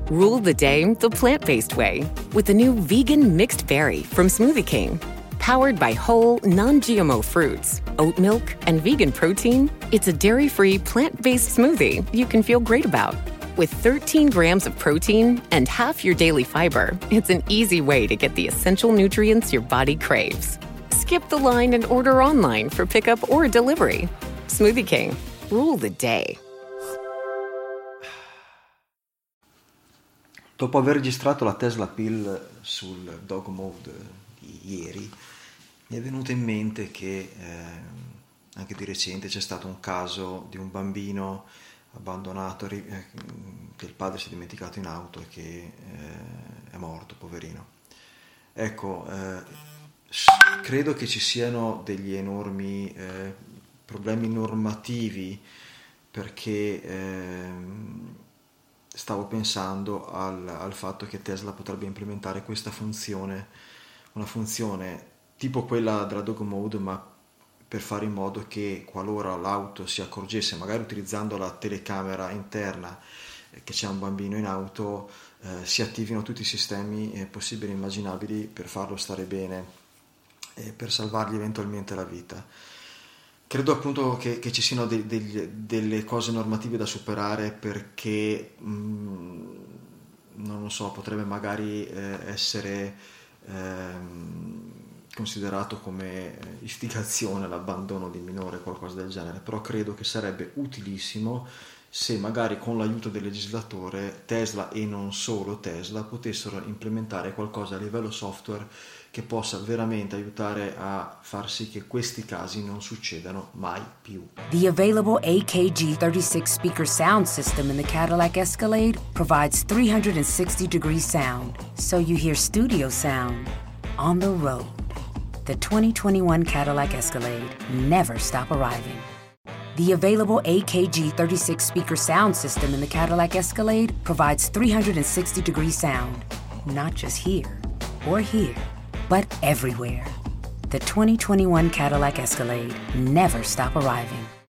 Rule the day the plant-based way with the new vegan mixed berry from Smoothie King. Powered by whole, non-GMO fruits, oat milk, and vegan protein, it's a dairy-free, plant-based smoothie you can feel great about. With 13 grams of protein and half your daily fiber, it's an easy way to get the essential nutrients your body craves. Skip the line and order online for pickup or delivery. Smoothie King. Rule the day. Dopo aver registrato la Tesla Pill sul Dog Mode di ieri, mi è venuto in mente che anche di recente c'è stato un caso di un bambino abbandonato che il padre si è dimenticato in auto e che è morto, poverino. Ecco, credo che ci siano degli enormi problemi normativi, perché stavo pensando al fatto che Tesla potrebbe implementare questa funzione, una funzione tipo quella della Dog Mode, ma per fare in modo che qualora l'auto si accorgesse, magari utilizzando la telecamera interna, che c'è un bambino in auto, si attivino tutti i sistemi possibili e immaginabili per farlo stare bene e per salvargli eventualmente la vita. Credo appunto che ci siano delle cose normative da superare, perché non lo so, potrebbe magari essere considerato come istigazione all'abbandono di minore, qualcosa del genere, però credo che sarebbe utilissimo se magari con l'aiuto del legislatore Tesla, e non solo Tesla, potessero implementare qualcosa a livello software che possa veramente aiutare a far sì che questi casi non succedano mai più. The available AKG36 speaker sound system in the Cadillac Escalade provides 360-degree sound, so you hear studio sound on the road. The 2021 Cadillac Escalade never stop arriving. The available AKG36 speaker sound system in the Cadillac Escalade provides 360-degree sound, not just here or here, but everywhere. The 2021 Cadillac Escalade never stop arriving.